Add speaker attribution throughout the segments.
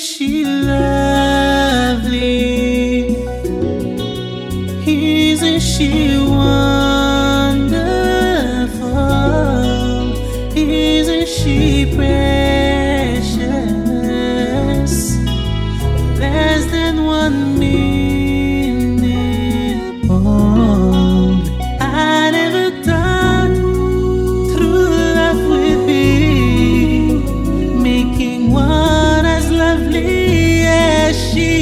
Speaker 1: she lovely? Isn't she wonderful? Isn't she precious? Less than 1 minute old. I never thought true love would be making one as lovely as she.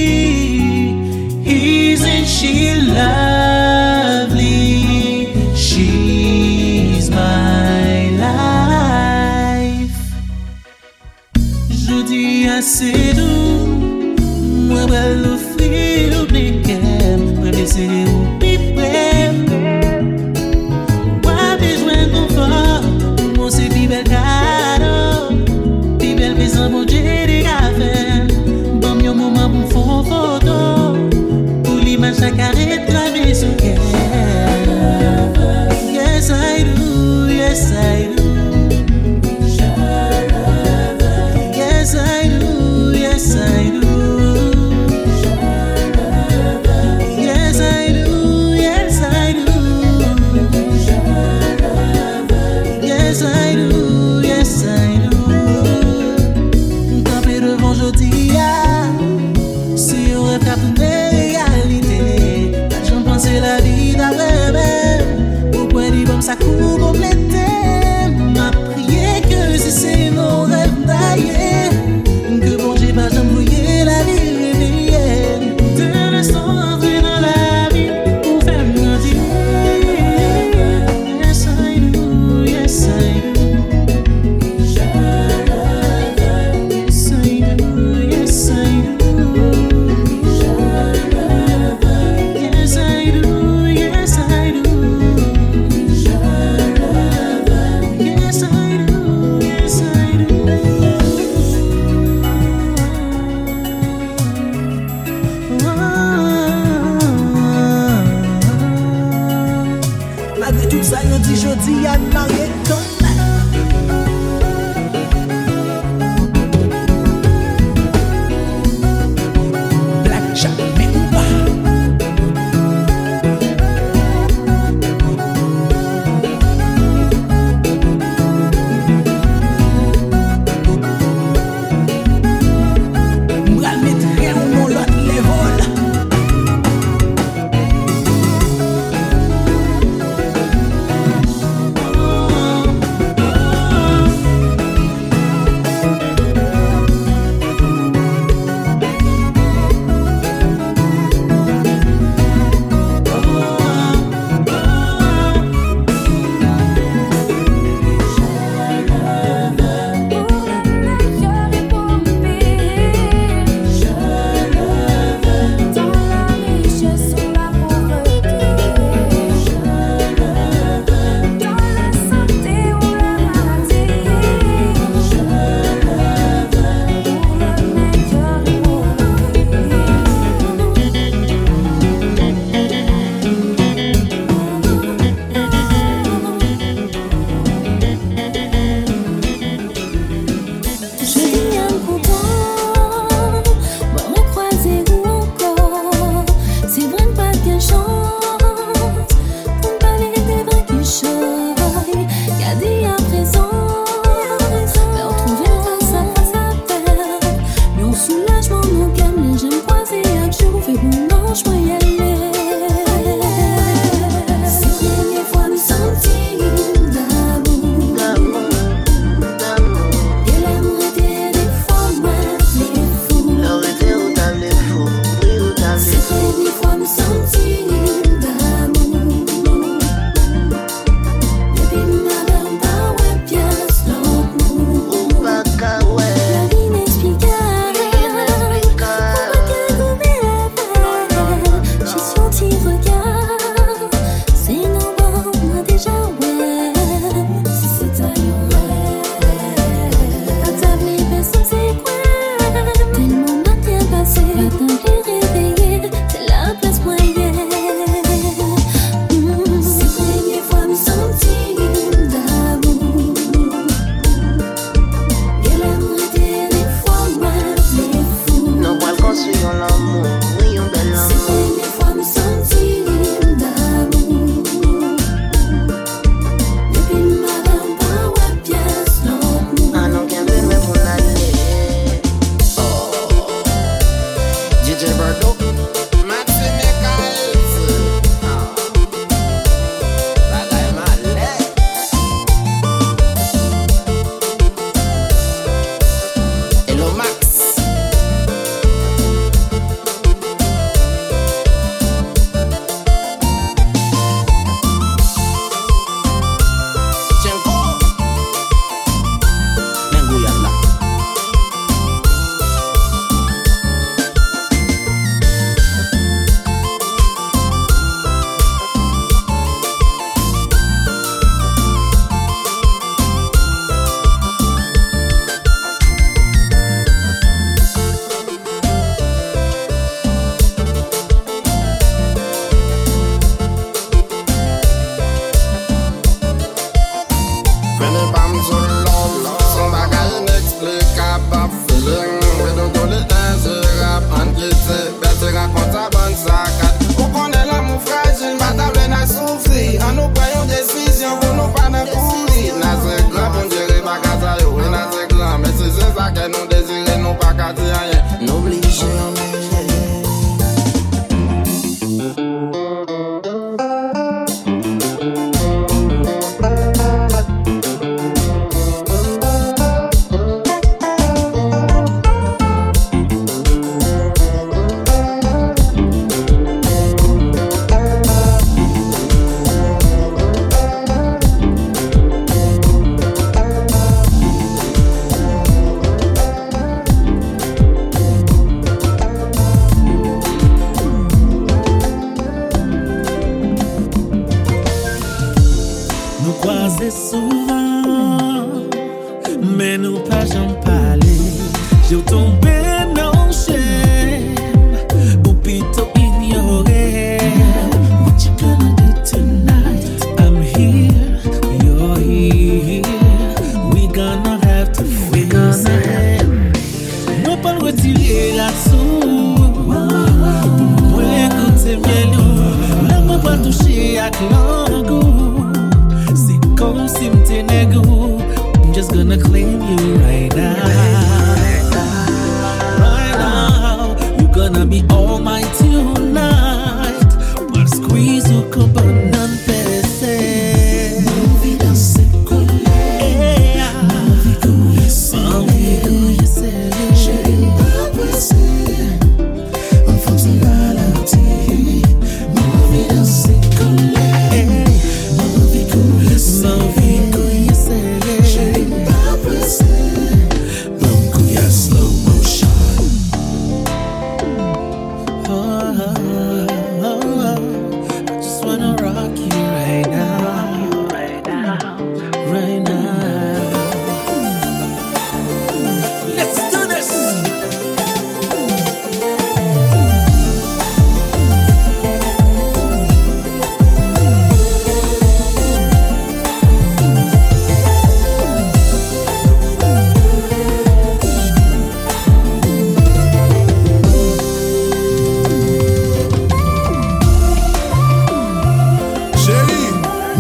Speaker 1: Isn't she lovely? She's my life. Je dis assez doux, moi vais l'offrir au briquet, moi baiser au pipet. Moi besoin de confort, moi c'est plus bel cadeau, plus bel maison pour Dieu des cafés. Bon mieux moment pour faire photo, pour l'image chaque arrêt gravé sur cœur. Yes I do, yes I do. Yes I do, yes I do. Yes I do, yes I do. Yes I do, yes I do. Camper devant jeudi, si on rêve qu'à une réalité, j'en pensais la vie d'après même. Pourquoi dit comme ça court complété? M'a prié que si c'est mon rêve d'ailleurs, que bon Dieu va j'envoyer la vie réveillée. De l'instant entrer dans la vie pour faire grandir. Yes I do, yes I do. Yes I do, yes I do. Yes I do, yes I do. Yes I do, yes I do.
Speaker 2: Malgré tout ça, yo dit jodi à marié ton Black Jack, mais ou pas. M'bral mettre rien ou non l'autre level.
Speaker 1: retirer la sous. Pour écouter miel, la main pas toucher à l'angle. C'est comme si m'étais négou. I'm just gonna claim you right now. Right now, you're gonna be all mine tonight. But squeeze you come on and pese. Movie danser collé. Movie coulisser. Movie coulisser. Chérie, pas presser. En force de ralenti. Movie danser collé. Movie coulisser. Movie coulisser. Chérie, pas presser. L'homme couille à slow motion. I just wanna rock you right now, right now, right now. Let's do this.
Speaker 3: Chérie,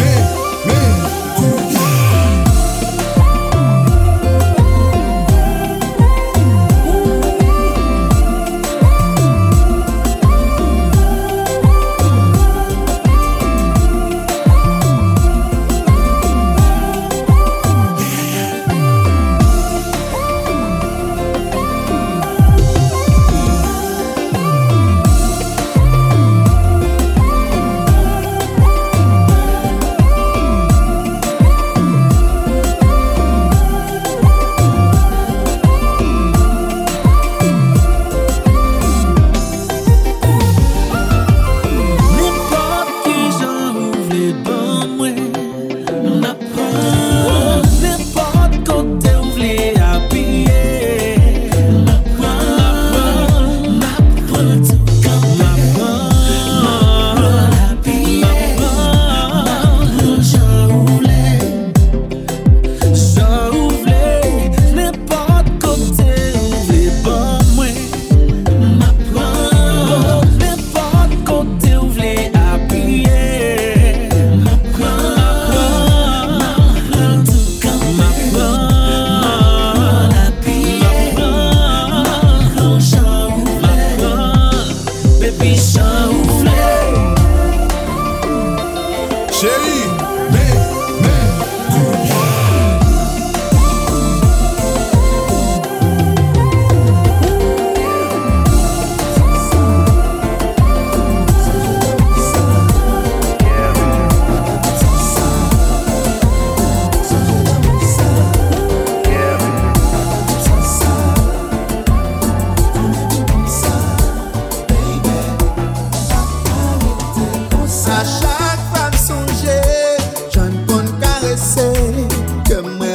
Speaker 4: À chaque fois songer, j'en peux caresser, que moi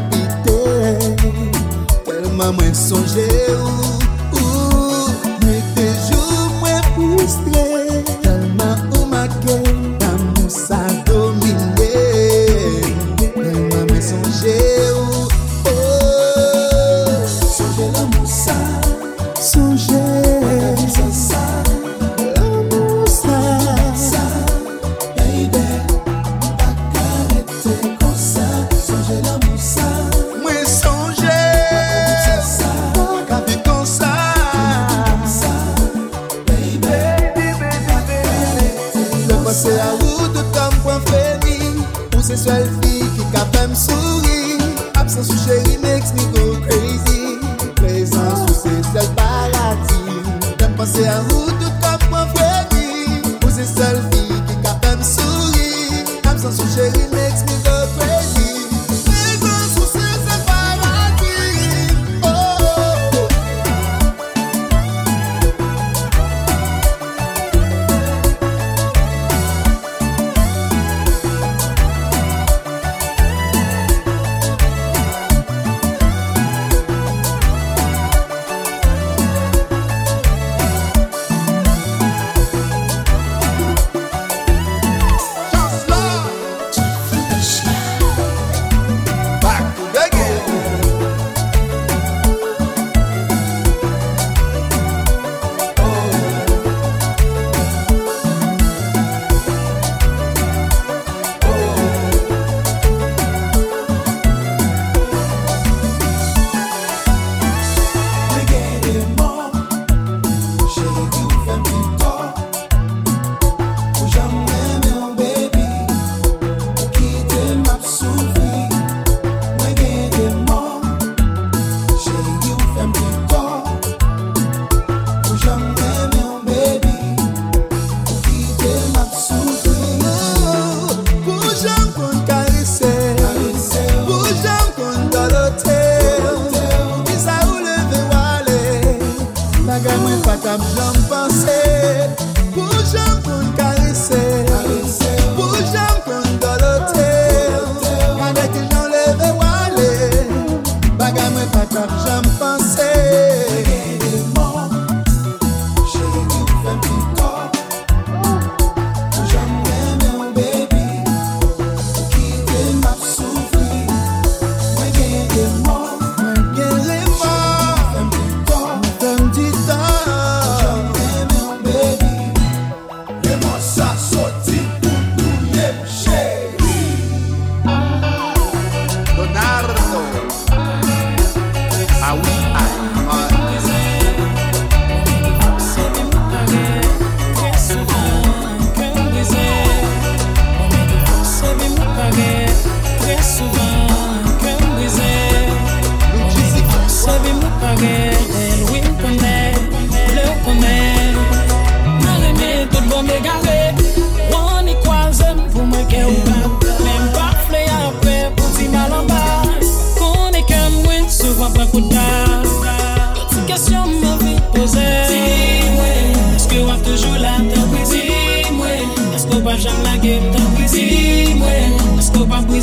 Speaker 4: palpiter, tellement moi songer mais tes jours moi frustré, tellement ou maqué, l'amour ça dominé, tellement moi songer songer l'amour ça, songer ça. C'est la route comme point fini. Pour ces seules filles qui capent me sourire. Absence ou chérie makes me go crazy. Présence ou c'est seul paradis. J'aime penser à route comme point fini. Pour ces seules filles qui capent me sourire. Absence ou chérie makes me go crazy. Présence ou c'est seul paradis. Oh, oh, oh.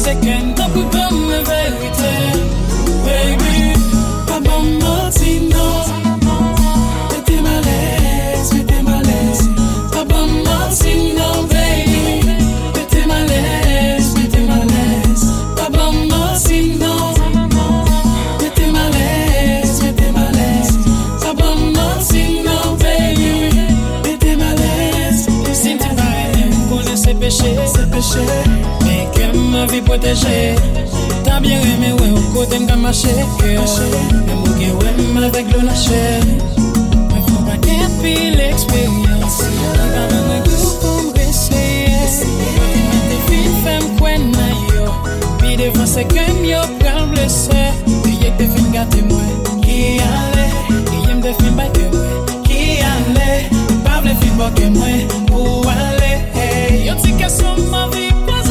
Speaker 3: second, t'as plus comme la vérité. Baby, pas bon menti, non. Mettez ma laisse, pas bon menti, non, baby. Mettez ma laisse, pas bon menti, non. Mettez ma laisse, pas bon menti, non, baby. Mettez ma laisse, si tu vas connaître ses péchés, mais que ma vie protégée. T'as bien aimé, ouais, au côté de ma chérie. Mais moi qui ouais, avec le lâcher. Mais faut pas qu'elle pille l'expérience. On va dans le groupe pour me réessayer. T'es vite, femme, quoi, naïo. Puis devant, c'est comme yo, pral blessé. Puis y'a que des films gâtés, moi, qui allait. Et y'a des films battés, moi, qui allait. Pas les films boqués, moi, pour aller. Yo, t'es qu'à son ma vie posée.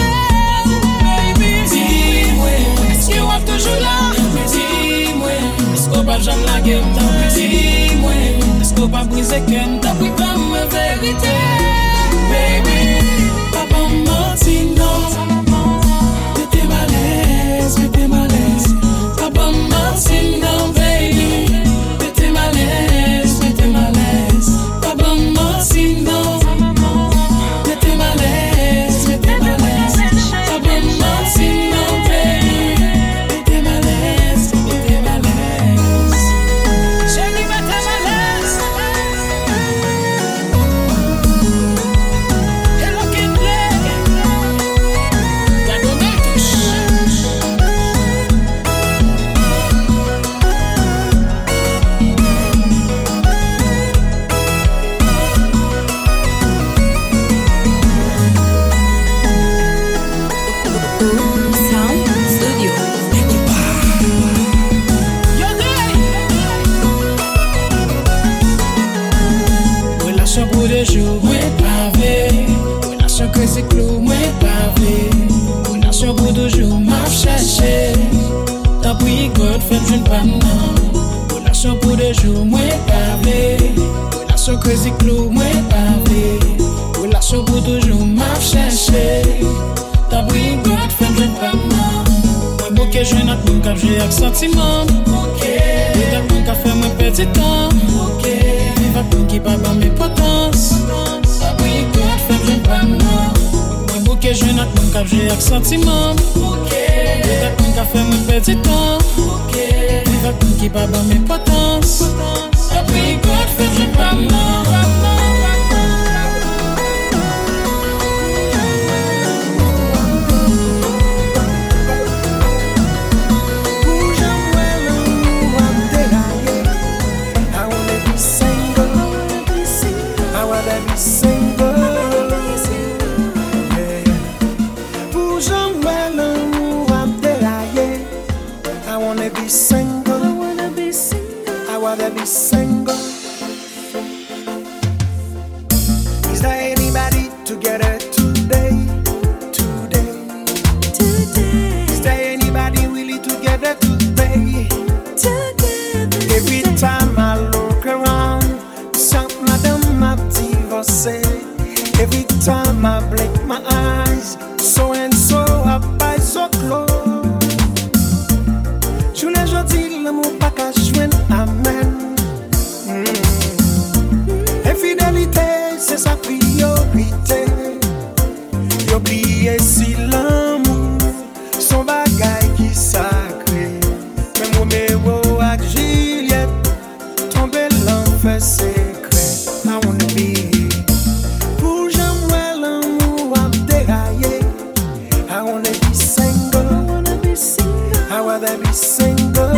Speaker 3: Toujours là, dis-moi, est-ce qu'on va jamais la gueule? Dis-moi, est-ce qu'on va briser qu'un t'as pris pas ma vérité? Baby, papa menti, non. Mettez ma laisse, papa menti, non, baby. Mettez ma laisse, papa menti, non. Mettez ma laisse, papa menti, non, baby. C'est clou, moi pavé. Relation pour toujours, m'a cherché. T'as pris God, fais jeune pas non. Relation pour toujours, moi pavé. Relation que c'est clou, moi pavé. Relation pour toujours, m'a cherché. T'as pris God, fais jeune pas non. Moi bouquet jeune à tout cap, j'ai avec sentiment. Ok. Et t'as ton café, moi petit temps. Ok. Vive à tout qui pas dans mes potences. T'as pris God, fais jeune pas non. Que je n'ai pas cap, j'ai avec sentiment. Ok. Et t'as ton café, mon petit temps. Ok. Vive à tout qui pas dans mes potences. Après, God, fait, j'ai pas non.
Speaker 5: Be single. Is there anybody together today? Is there anybody really together today? Every time I look around, some madam I've divorced. Every time I blink my eyes, so and so up by so close. Je n'ai jamais l'amour pas qu'à joindre amen. C'est sa priorité. Oubliez si l'amour, son bagage qui sacré. Même Roméo avec Juliette, tomber l'enfer secret. I wanna be pour jamais l'amour à dérailler. I wanna be single. I wanna be single.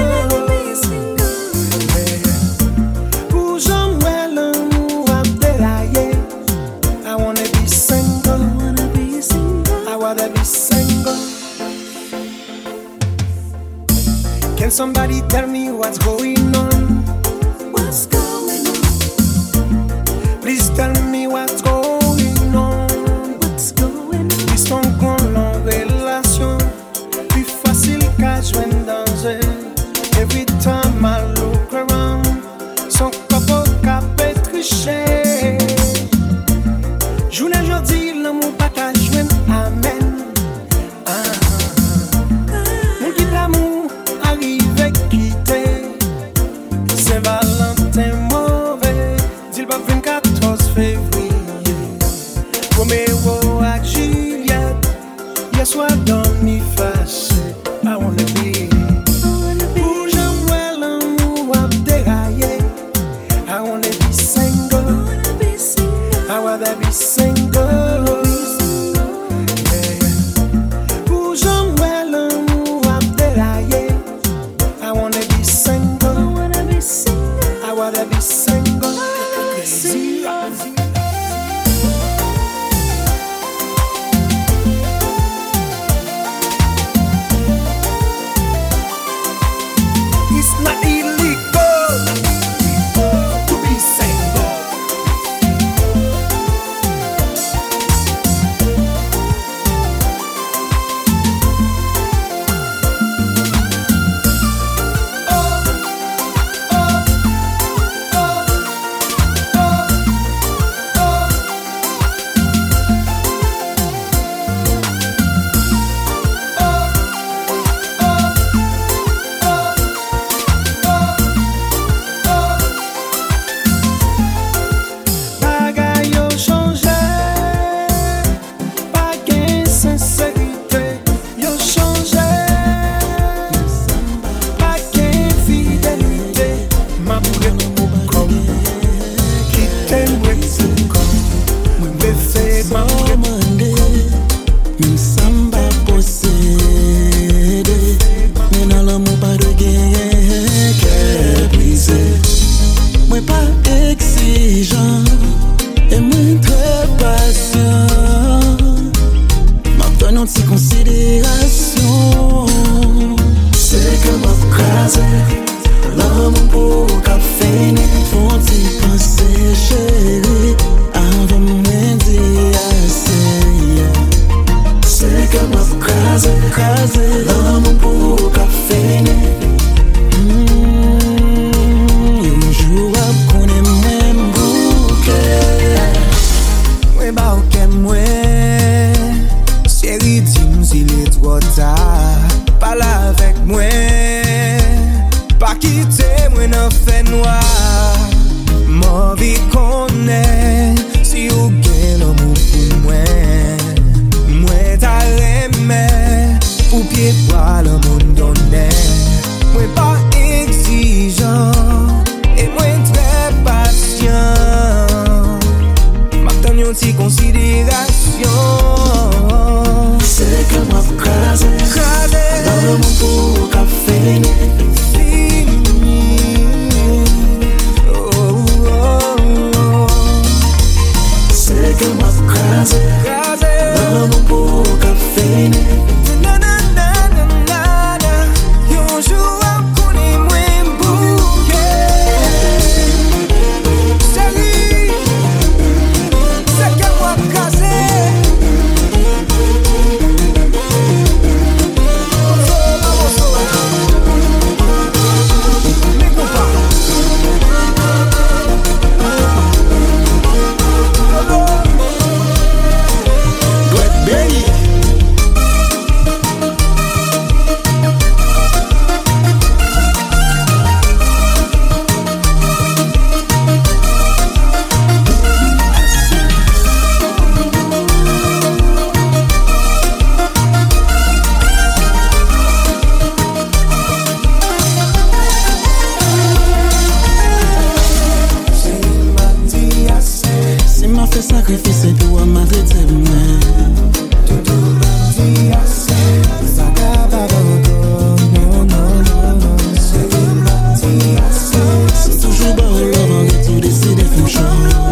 Speaker 5: Can somebody tell me what's going on? What's going on? Please tell me what's going on. What's going on? Plus qu'on compte en relation, plus facile qu'à joindre dans un. Every time I look around, son corps cap est triché. Journée aujourd'hui, l'amour pas qu'à joindre, amen. wanna be single. Pour jamais l'amour a déraillé. I wanna be single. I wanna be single. I wanna be single. It's not illegal to be single. Bagay yo changé, pas gain sincérité. Yo changé, pas gain fidélité. Ma boule comme qui t'aime comme me fait mal.
Speaker 1: Même samba possédé, mais dans l'amour pas de gain, cœur brisé. Moi pas exigeant, et moi très patient. Maintenant une petite considération. C'est que m'a crasé, l'amour pour café, faut t'y penser chérie, avant moi dire assez. C'est que m'a crasé, l'amour pour café. Un jour à connaître moi bouquet.
Speaker 5: Moi ba ok moi, chérie dis-moi s'il est trop tard. Parle avec moi, pas quitter moi dans fait noir. Mon vie connaît, si ou gain l'amour pour moi. Moi ta remè, ou pied bois le monde donné. Moi pas exigeant, et moi très patient. Maintenant yon ti considération.
Speaker 1: C'est que m'a crasé, l'amour pour café. C'est que m'a crasé, l'amour pour café.
Speaker 5: Yon jour à connaître moi bouquet. Chérie, c'est que moi casé. Mais compas.
Speaker 1: Blackberry. Si m'a fait sacrifice pour m'arrêter moi. C'est toujours bon love en retour décider faire chaud.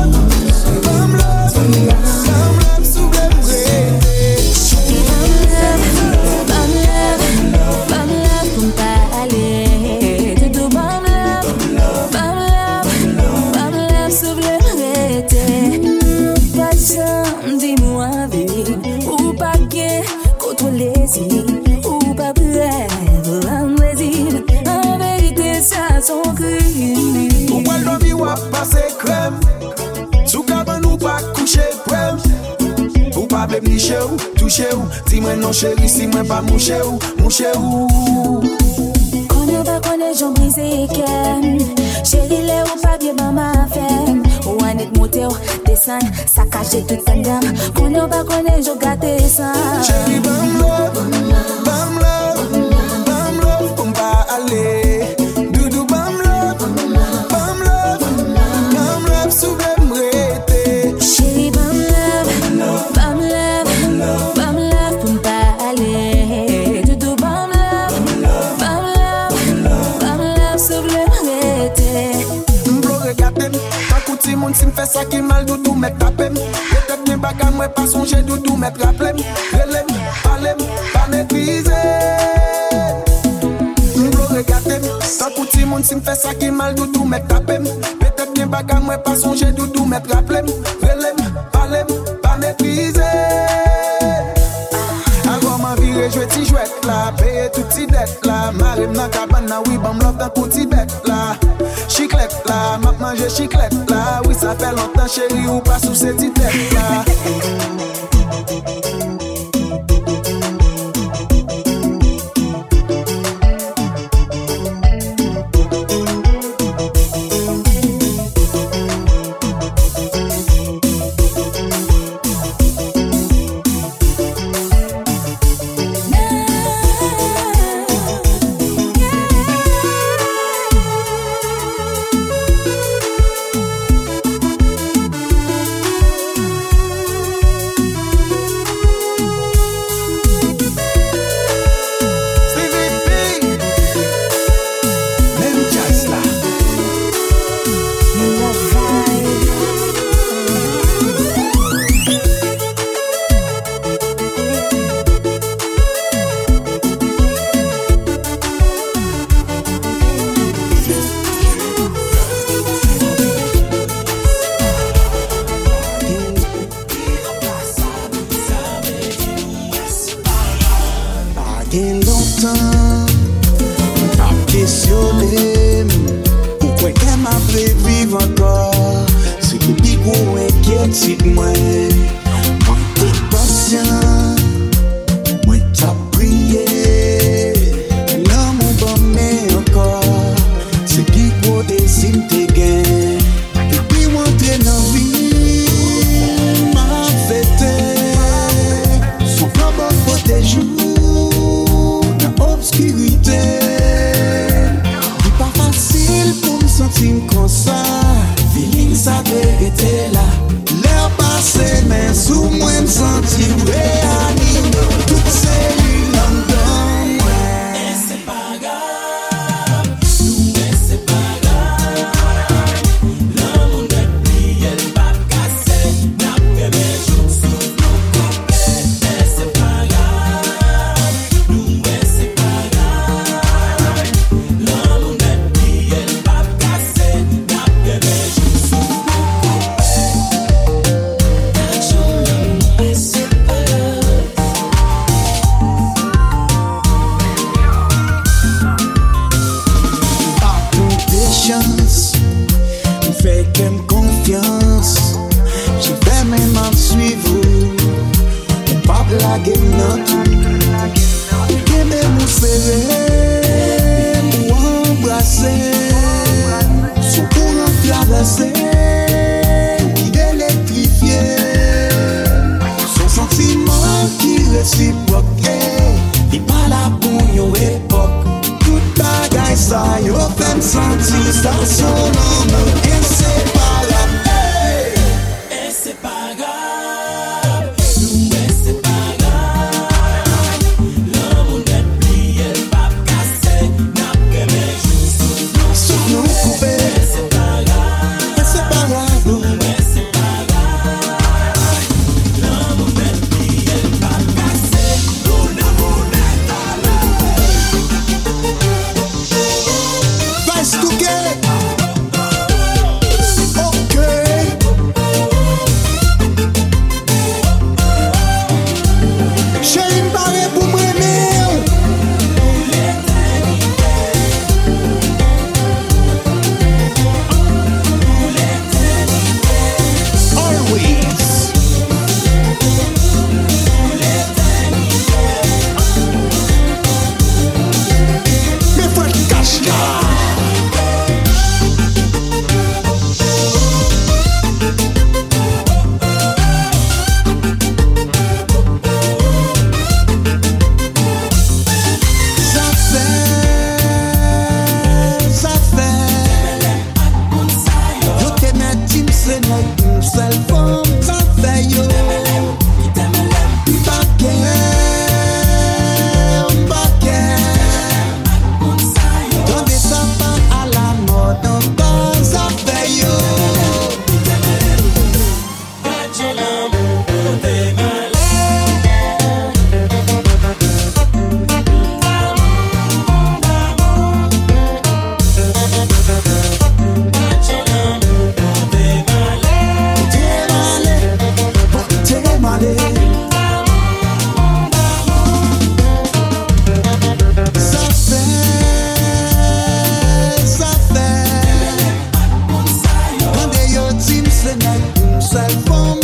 Speaker 6: Dis-moi, ou pas gain contre les îles, ou pas brève, en vérité, ça son crime.
Speaker 5: Ou pas l'envie ou passer crème. Sous cabane ou pas coucher prême. Ou pas blé niché ou touché ou. Dis-moi non chérie, si moi pas mouché ou.
Speaker 6: Connais pas connais j'en brise et ken. Chérie les ou pas bien dans ma femme. Ou un net monté ou descend, saccagé toute ta dame. Connais pas connais j'en gâté ça.
Speaker 5: Chérie bam love, on va aller. Doudou bam love, sous le m'rete.
Speaker 6: Chérie bam
Speaker 5: regardem. Tant kouti moun si m'fait ça qui mal doudou met tapem. Peut-être bien baga moi pas songer doudou met rappelem. Relem, palem, pas mépriser. Regardem, tant kouti moun si m'fait ça qui mal doudou met tapem. Peut-être bien baga moi pas songer doudou met rappelem. Relem, palem, pas mépriser. Avant ma vie, je ti jouette là, paye tout ti dette là. Marem nan cabane, oui, bam love dans petit bête là. Chiclette là, m'a mangé chiclette là. Oui, ça fait longtemps chérie, ou pas sous ces petites têtes là.
Speaker 4: net, une seule femme